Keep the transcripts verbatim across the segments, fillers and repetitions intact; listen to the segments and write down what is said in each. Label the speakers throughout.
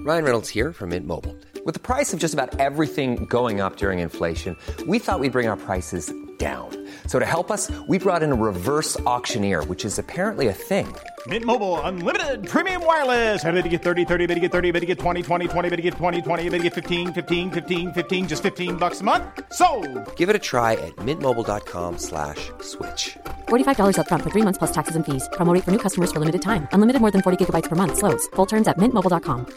Speaker 1: Ryan Reynolds here from Mint Mobile. With the price of just about everything going up during inflation, we thought we'd bring our prices down. So to help us, we brought in a reverse auctioneer, which is apparently a thing.
Speaker 2: Mint Mobile Unlimited Premium Wireless. How to get thirty, thirty, how to get thirty, how to get twenty, twenty, twenty, how to get twenty, twenty, how to get fifteen, fifteen, fifteen, fifteen, just fifteen bucks a month? Sold!
Speaker 1: Give it a try at mintmobile.com slash switch.
Speaker 3: forty-five dollars up front for three months plus taxes and fees. Promo rate for new customers for limited time. Unlimited more than forty gigabytes per month. Slows full terms at mint mobile dot com.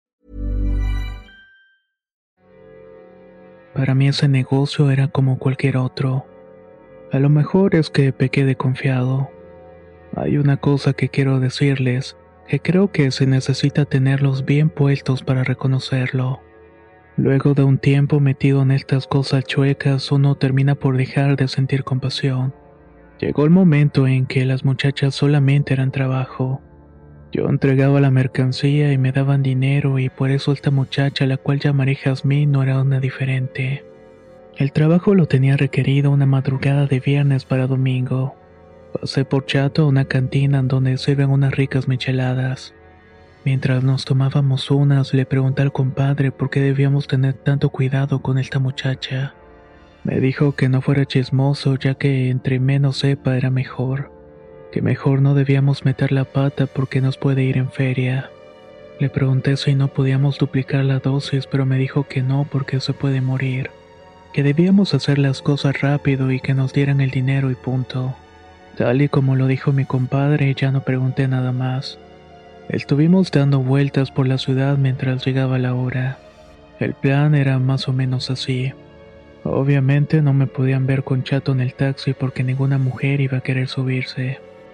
Speaker 4: Para mí ese negocio era como cualquier otro. A lo mejor es que pequé de confiado. Hay una cosa que quiero decirles, que creo que se necesita tenerlos bien puestos para reconocerlo. Luego de un tiempo metido en estas cosas chuecas, uno termina por dejar de sentir compasión. Llegó el momento en que las muchachas solamente eran trabajo. Yo entregaba la mercancía y me daban dinero, y por eso esta muchacha, la cual llamaré Jazmín, no era una diferente. El trabajo lo tenía requerido una madrugada de viernes para domingo. Pasé por Chato a una cantina en donde sirven unas ricas micheladas. Mientras nos tomábamos unas, le pregunté al compadre por qué debíamos tener tanto cuidado con esta muchacha. Me dijo que no fuera chismoso, ya que entre menos sepa era mejor. Que mejor no debíamos meter la pata porque nos puede ir en feria. Le pregunté si no podíamos duplicar la dosis, pero me dijo que no porque se puede morir. Que debíamos hacer las cosas rápido y que nos dieran el dinero y punto. Tal y como lo dijo mi compadre, ya no pregunté nada más. Estuvimos dando vueltas por la ciudad mientras llegaba la hora. El plan era más o menos así. Obviamente no me podían ver con Chato en el taxi porque ninguna mujer iba a querer subirse.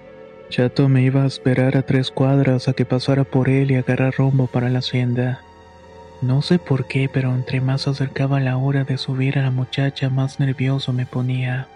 Speaker 4: Chato me iba a esperar a tres cuadras a que pasara por él y agarrar rumbo para la hacienda. No sé por qué, pero entre más se acercaba la hora de subir a la muchacha, más nervioso me ponía.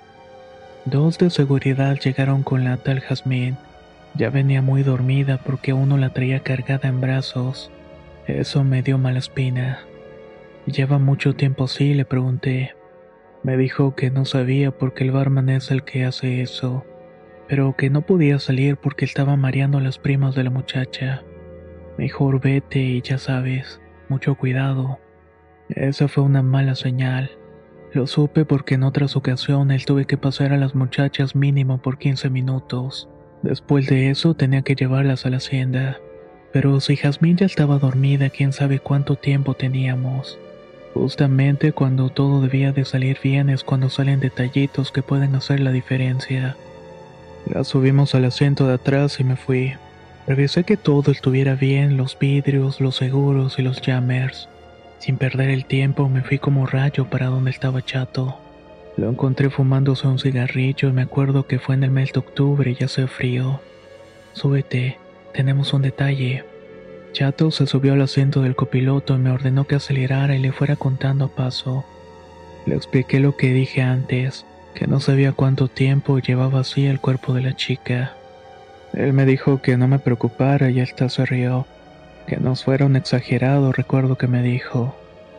Speaker 4: Dos de seguridad llegaron con la tal Jazmín. Ya venía muy dormida porque uno la traía cargada en brazos. Eso me dio mala espina. ¿Lleva mucho tiempo así?, le pregunté. Me dijo que no sabía porque el barman es el que hace eso, pero que no podía salir porque estaba mareando a las primas de la muchacha. Mejor vete y ya sabes, mucho cuidado. Esa fue una mala señal. Lo supe porque en otras ocasiones tuve que pasar a las muchachas mínimo por quince minutos. Después de eso tenía que llevarlas a la hacienda. Pero si Jazmín ya estaba dormida, quién sabe cuánto tiempo teníamos. Justamente cuando todo debía de salir bien es cuando salen detallitos que pueden hacer la diferencia. La subimos al asiento de atrás y me fui. Revisé que todo estuviera bien, los vidrios, los seguros y los jammers. Sin perder el tiempo me fui como rayo para donde estaba Chato. Lo encontré fumándose un cigarrillo y me acuerdo que fue en el mes de octubre y ya hacía frío. Súbete, tenemos un detalle. Chato se subió al asiento del copiloto y me ordenó que acelerara y le fuera contando a paso. Le expliqué lo que dije antes, que no sabía cuánto tiempo llevaba así el cuerpo de la chica. Él me dijo que no me preocupara y hasta se rió. Que no fuera un exagerado, recuerdo que me dijo.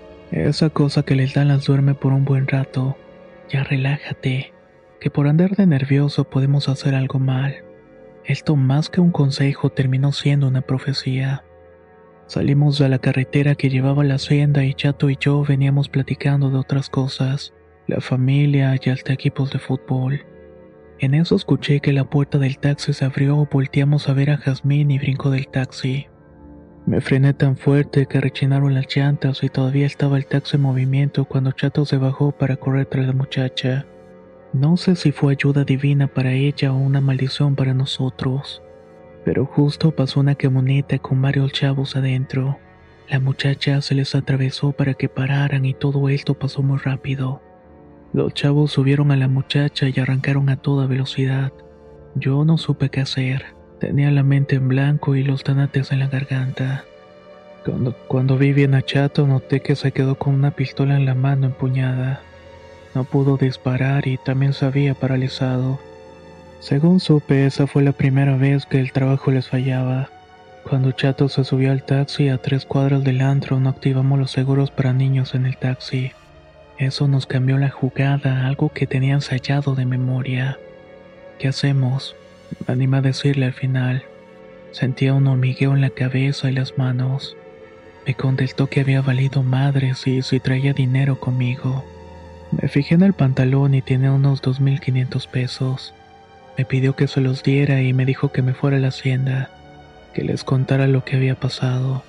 Speaker 4: Esa cosa que les dan las duerme por un buen rato. Ya relájate, que por andar de nervioso podemos hacer algo mal. Esto más que un consejo terminó siendo una profecía. Salimos de la carretera que llevaba a la hacienda y Chato y yo veníamos platicando de otras cosas, la familia y hasta equipos de fútbol. En eso escuché que la puerta del taxi se abrió, volteamos a ver a Jazmín y brincó del taxi. Me frené tan fuerte que rechinaron las llantas y todavía estaba el taxi en movimiento cuando Chato se bajó para correr tras la muchacha. No sé si fue ayuda divina para ella o una maldición para nosotros, pero justo pasó una camioneta con varios chavos adentro. La muchacha se les atravesó para que pararan y todo esto pasó muy rápido. Los chavos subieron a la muchacha y arrancaron a toda velocidad. Yo no supe qué hacer. Tenía la mente en blanco y los tanates en la garganta. Cuando, cuando vi bien a Chato noté que se quedó con una pistola en la mano empuñada. No pudo disparar y también se había paralizado. Según supe, esa fue la primera vez que el trabajo les fallaba. Cuando Chato se subió al taxi a tres cuadras del antro, no activamos los seguros para niños en el taxi. Eso nos cambió la jugada, algo que tenía ensayado de memoria. ¿Qué hacemos?, me animé a decirle al final. Sentía un hormigueo en la cabeza y las manos. Me contestó que había valido madres y si traía dinero conmigo. Me fijé en el pantalón y tenía unos dos mil quinientos pesos. Me pidió que se los diera y me dijo que me fuera a la hacienda, que les contara lo que había pasado.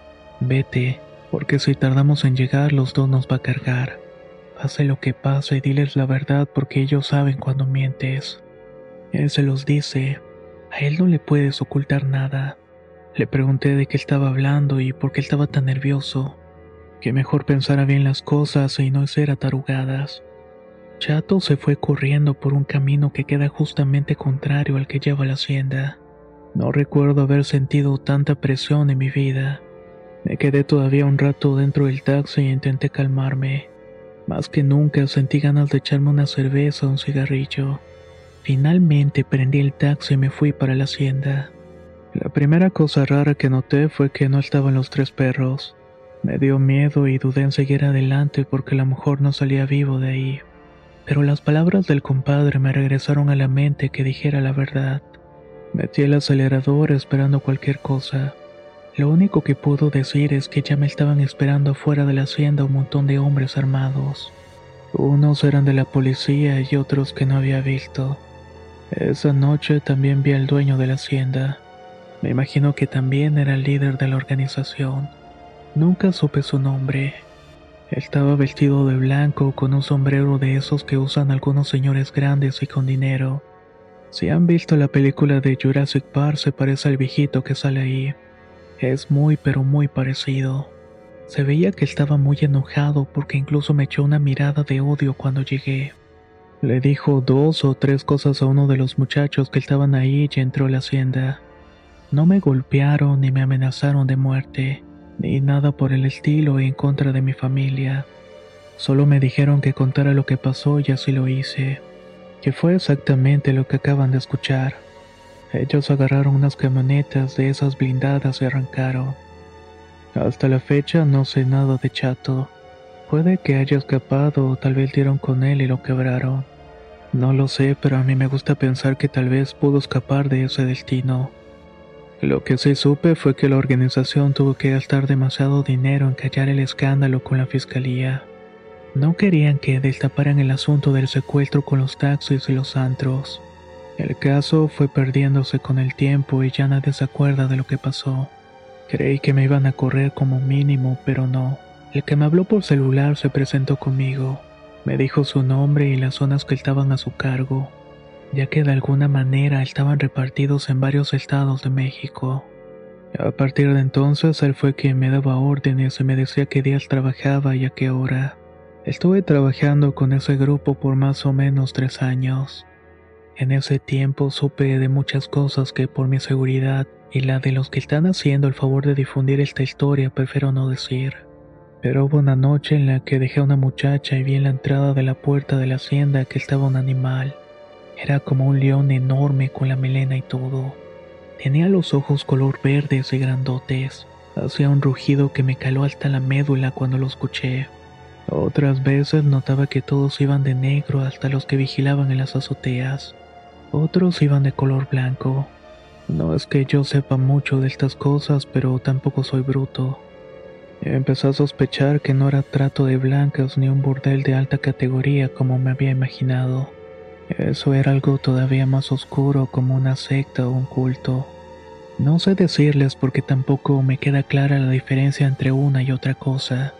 Speaker 4: Vete, porque si tardamos en llegar los dos nos va a cargar. Pase lo que pase, diles la verdad porque ellos saben cuando mientes. Él se los dice, a él no le puedes ocultar nada. Le pregunté de qué estaba hablando y por qué estaba tan nervioso. Que mejor pensara bien las cosas y no hiciera tarugadas. Chato se fue corriendo por un camino que queda justamente contrario al que lleva a la hacienda. No recuerdo haber sentido tanta presión en mi vida. Me quedé todavía un rato dentro del taxi e intenté calmarme. Más que nunca sentí ganas de echarme una cerveza o un cigarrillo. Finalmente prendí el taxi y me fui para la hacienda. La primera cosa rara que noté fue que no estaban los tres perros. Me dio miedo y dudé en seguir adelante porque a lo mejor no salía vivo de ahí. Pero las palabras del compadre me regresaron a la mente que dijera la verdad. Metí el acelerador esperando cualquier cosa. Lo único que puedo decir es que ya me estaban esperando afuera de la hacienda un montón de hombres armados. Unos eran de la policía y otros que no había visto. Esa noche también vi al dueño de la hacienda. Me imagino que también era el líder de la organización. Nunca supe su nombre. Estaba vestido de blanco con un sombrero de esos que usan algunos señores grandes y con dinero. Si han visto la película de Jurassic Park se parece al viejito que sale ahí. Es muy pero muy parecido. Se veía que estaba muy enojado porque incluso me echó una mirada de odio cuando llegué. Le dijo dos o tres cosas a uno de los muchachos que estaban ahí y entró a la hacienda. No me golpearon ni me amenazaron de muerte, ni nada por el estilo en contra de mi familia. Solo me dijeron que contara lo que pasó y así lo hice, que fue exactamente lo que acaban de escuchar. Ellos agarraron unas camionetas de esas blindadas y arrancaron. Hasta la fecha no sé nada de Chato. Puede que haya escapado o tal vez dieron con él y lo quebraron. No lo sé, pero a mí me gusta pensar que tal vez pudo escapar de ese destino. Lo que sí supe fue que la organización tuvo que gastar demasiado dinero en callar el escándalo con la fiscalía. No querían que destaparan el asunto del secuestro con los taxis y los antros. El caso fue perdiéndose con el tiempo y ya nadie se acuerda de lo que pasó. Creí que me iban a correr como mínimo, pero no. El que me habló por celular se presentó conmigo. Me dijo su nombre y las zonas que estaban a su cargo, ya que de alguna manera estaban repartidos en varios estados de México. A partir de entonces él fue quien me daba órdenes y me decía qué días trabajaba y a qué hora. Estuve trabajando con ese grupo por más o menos tres años. En ese tiempo supe de muchas cosas que por mi seguridad y la de los que están haciendo el favor de difundir esta historia prefiero no decir. Pero hubo una noche en la que dejé a una muchacha y vi en la entrada de la puerta de la hacienda que estaba un animal. Era como un león enorme con la melena y todo. Tenía los ojos color verdes y grandotes. Hacía un rugido que me caló hasta la médula cuando lo escuché. Otras veces notaba que todos iban de negro hasta los que vigilaban en las azoteas. Otros iban de color blanco. No es que yo sepa mucho de estas cosas, pero tampoco soy bruto. Empecé a sospechar que no era trato de blancas ni un burdel de alta categoría como me había imaginado. Eso era algo todavía más oscuro, como una secta o un culto. No sé decirles porque tampoco me queda clara la diferencia entre una y otra cosa.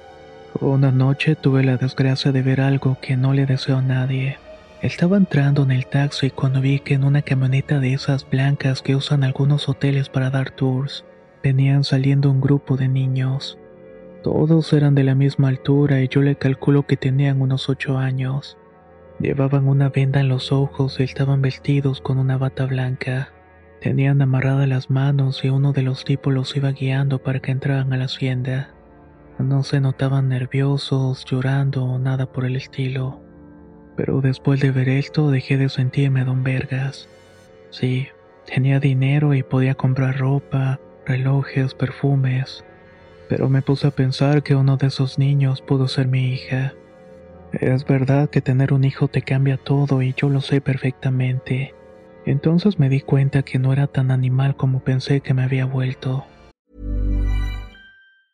Speaker 4: Una noche tuve la desgracia de ver algo que no le deseo a nadie. Estaba entrando en el taxi cuando vi que en una camioneta de esas blancas que usan algunos hoteles para dar tours, venían saliendo un grupo de niños. Todos eran de la misma altura y yo le calculo que tenían unos ocho años. Llevaban una venda en los ojos y estaban vestidos con una bata blanca. Tenían amarradas las manos y uno de los tipos los iba guiando para que entraran a la hacienda. No se notaban nerviosos, llorando o nada por el estilo. Pero después de ver esto dejé de sentirme don Vergas. Sí, tenía dinero y podía comprar ropa, relojes, perfumes. Pero me puse a pensar que uno de esos niños pudo ser mi hija. Es verdad que tener un hijo te cambia todo y yo lo sé perfectamente. Entonces me di cuenta que no era tan animal como pensé que me había vuelto.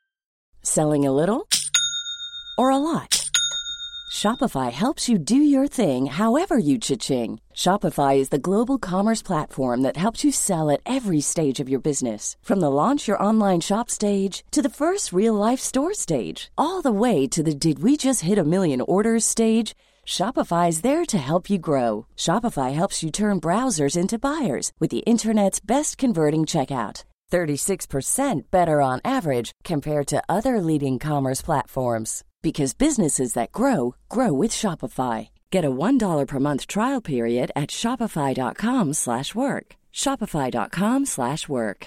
Speaker 5: Selling a little or a lot? Shopify helps you do your thing however you cha-ching. Shopify is the global commerce platform that helps you sell at every stage of your business. From the launch your online shop stage to the first real-life store stage, all the way to the did we just hit a million orders stage. Shopify is there to help you grow. Shopify helps you turn browsers into buyers with the internet's best converting checkout. thirty-six percent better on average compared to other leading commerce platforms. Because businesses that grow, grow with Shopify. Get a one dollar per month trial period at shopify.com slash work. Shopify.com slash work.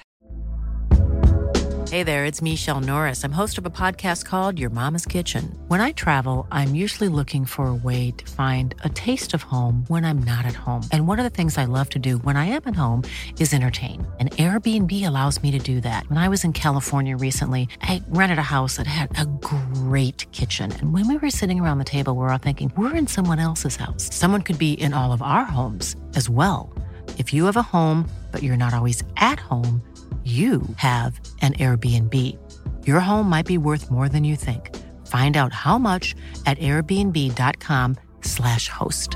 Speaker 6: Hey there, it's Michelle Norris. I'm host of a podcast called Your Mama's Kitchen. When I travel, I'm usually looking for a way to find a taste of home when I'm not at home. And one of the things I love to do when I am at home is entertain. And Airbnb allows me to do that. When I was in California recently, I rented a house that had a great kitchen. And when we were sitting around the table, we're all thinking, we're in someone else's house. Someone could be in all of our homes as well. If you have a home, but you're not always at home, you have an Airbnb. Your home might be worth more than you think. Find out how much at airbnb.com slash host.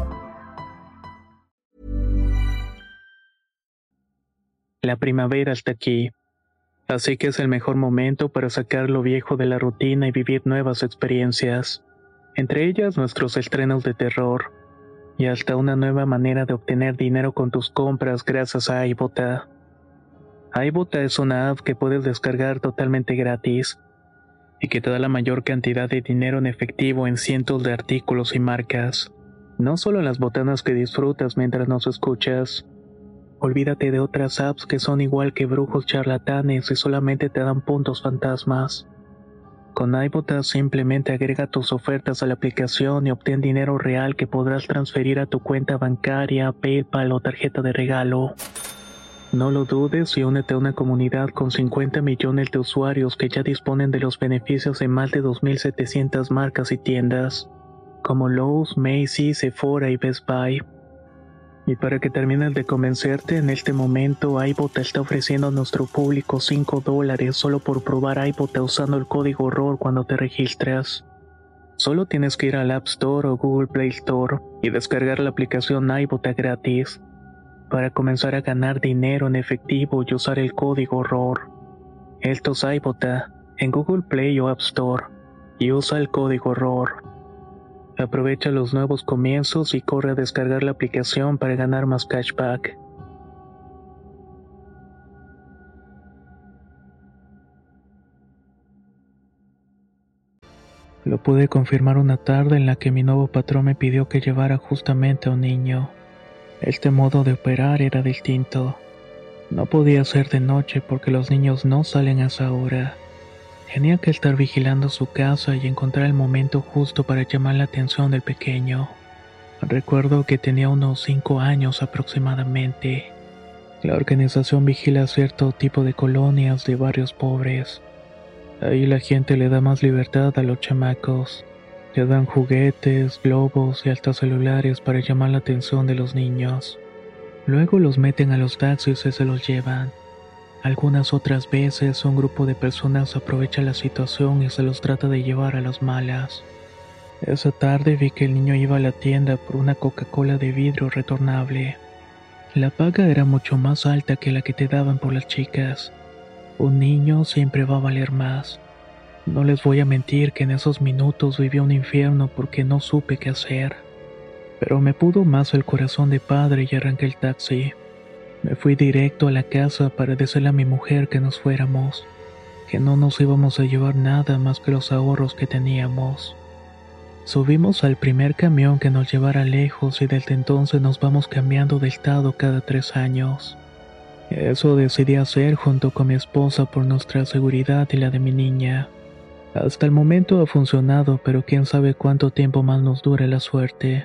Speaker 4: La primavera está aquí, así que es el mejor momento para sacar lo viejo de la rutina y vivir nuevas experiencias, entre ellas nuestros estrenos de terror, y hasta una nueva manera de obtener dinero con tus compras gracias a iBota. iBota es una app que puedes descargar totalmente gratis y que te da la mayor cantidad de dinero en efectivo en cientos de artículos y marcas. No solo las botanas que disfrutas mientras nos escuchas. Olvídate de otras apps que son igual que brujos charlatanes y solamente te dan puntos fantasmas. Con iBota simplemente agrega tus ofertas a la aplicación y obtén dinero real que podrás transferir a tu cuenta bancaria, PayPal o tarjeta de regalo. No lo dudes y únete a una comunidad con cincuenta millones de usuarios que ya disponen de los beneficios de más de dos mil setecientas marcas y tiendas, como Lowe's, Macy's, Sephora y Best Buy. Y para que termines de convencerte, en este momento iBota está ofreciendo a nuestro público cinco dólares solo por probar iBota usando el código ROR cuando te registras. Solo tienes que ir al App Store o Google Play Store y descargar la aplicación iBota gratis para comenzar a ganar dinero en efectivo y usar el código ROR. Esto es iBota en Google Play o App Store y usa el código ROR. Aprovecha los nuevos comienzos y corre a descargar la aplicación para ganar más cashback. Lo pude confirmar una tarde en la que mi nuevo patrón me pidió que llevara justamente a un niño. Este modo de operar era distinto. No podía ser de noche porque los niños no salen a esa hora. Tenía que estar vigilando su casa y encontrar el momento justo para llamar la atención del pequeño. Recuerdo que tenía unos cinco años aproximadamente. La organización vigila cierto tipo de colonias de barrios pobres. Ahí la gente le da más libertad a los chamacos. Le dan juguetes, globos y hasta celulares para llamar la atención de los niños. Luego los meten a los taxis y se los llevan. Algunas otras veces un grupo de personas aprovecha la situación y se los trata de llevar a las malas. Esa tarde vi que el niño iba a la tienda por una Coca-Cola de vidrio retornable. La paga era mucho más alta que la que te daban por las chicas. Un niño siempre va a valer más. No les voy a mentir que en esos minutos viví un infierno porque no supe qué hacer. Pero me pudo más el corazón de padre y arranqué el taxi. Me fui directo a la casa para decirle a mi mujer que nos fuéramos, que no nos íbamos a llevar nada más que los ahorros que teníamos. Subimos al primer camión que nos llevara lejos y desde entonces nos vamos cambiando de estado cada tres años. Eso decidí hacer junto con mi esposa por nuestra seguridad y la de mi niña. Hasta el momento ha funcionado, pero quién sabe cuánto tiempo más nos dure la suerte.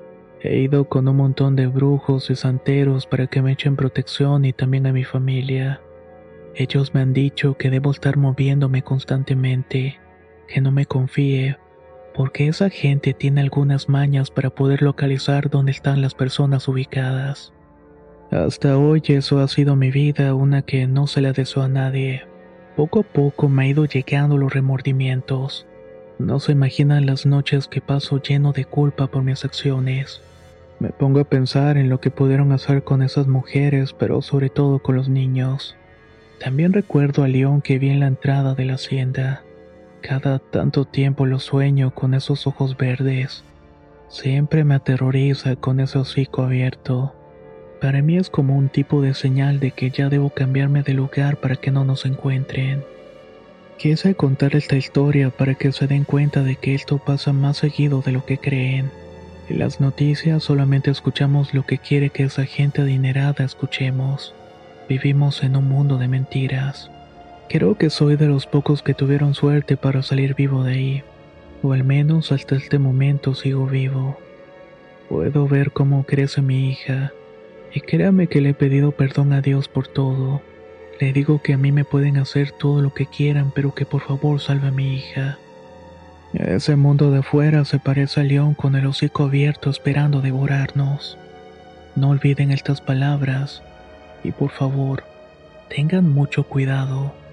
Speaker 4: He ido con un montón de brujos y santeros para que me echen protección y también a mi familia. Ellos me han dicho que debo estar moviéndome constantemente, que no me confíe, porque esa gente tiene algunas mañas para poder localizar dónde están las personas ubicadas. Hasta hoy eso ha sido mi vida, una que no se la deseo a nadie. Poco a poco me ha ido llegando los remordimientos. No se imaginan las noches que paso lleno de culpa por mis acciones. Me pongo a pensar en lo que pudieron hacer con esas mujeres, pero sobre todo con los niños. También recuerdo al león que vi en la entrada de la hacienda. Cada tanto tiempo lo sueño con esos ojos verdes. Siempre me aterroriza con ese hocico abierto. Para mí es como un tipo de señal de que ya debo cambiarme de lugar para que no nos encuentren. Quise contar esta historia para que se den cuenta de que esto pasa más seguido de lo que creen. En las noticias solamente escuchamos lo que quiere que esa gente adinerada escuchemos. Vivimos en un mundo de mentiras. Creo que soy de los pocos que tuvieron suerte para salir vivo de ahí. O al menos hasta este momento sigo vivo. Puedo ver cómo crece mi hija. Y créame que le he pedido perdón a Dios por todo. Le digo que a mí me pueden hacer todo lo que quieran, pero que por favor salve a mi hija. Ese mundo de afuera se parece al león con el hocico abierto esperando devorarnos. No olviden estas palabras y por favor, tengan mucho cuidado.